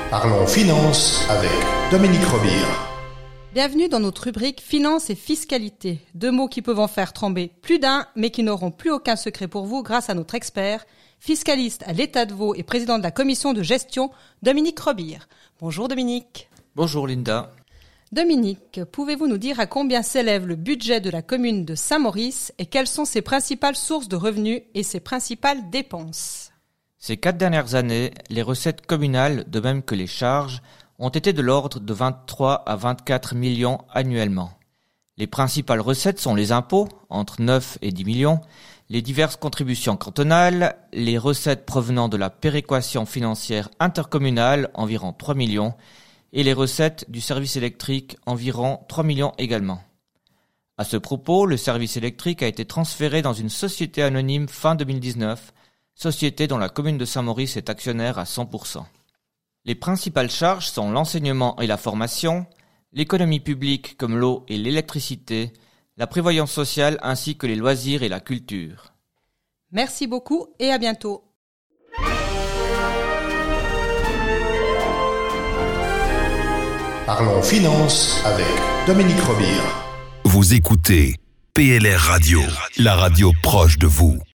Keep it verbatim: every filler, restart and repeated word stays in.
Parlons finance avec Dominique Robillard. Bienvenue dans notre rubrique Finance et fiscalité. Deux mots qui peuvent en faire trembler plus d'un, mais qui n'auront plus aucun secret pour vous grâce à notre expert, fiscaliste à l'État de Vaud et président de la commission de gestion, Dominique Robillard. Bonjour Dominique. Bonjour Linda. Dominique, pouvez-vous nous dire à combien s'élève le budget de la commune de Saint-Maurice et quelles sont ses principales sources de revenus et ses principales dépenses ? Ces quatre dernières années, les recettes communales, de même que les charges, ont été de l'ordre de vingt-trois à vingt-quatre millions annuellement. Les principales recettes sont les impôts, entre neuf et dix millions, les diverses contributions cantonales, les recettes provenant de la péréquation financière intercommunale, environ trois millions, et les recettes du service électrique, environ trois millions également. À ce propos, le service électrique a été transféré dans une société anonyme fin deux mille dix-neuf, société dont la commune de Saint-Maurice est actionnaire à cent pour cent. Les principales charges sont l'enseignement et la formation, l'économie publique comme l'eau et l'électricité, la prévoyance sociale ainsi que les loisirs et la culture. Merci beaucoup et à bientôt. Parlons finance avec Dominique Robillard. Vous écoutez P L R Radio, la radio proche de vous.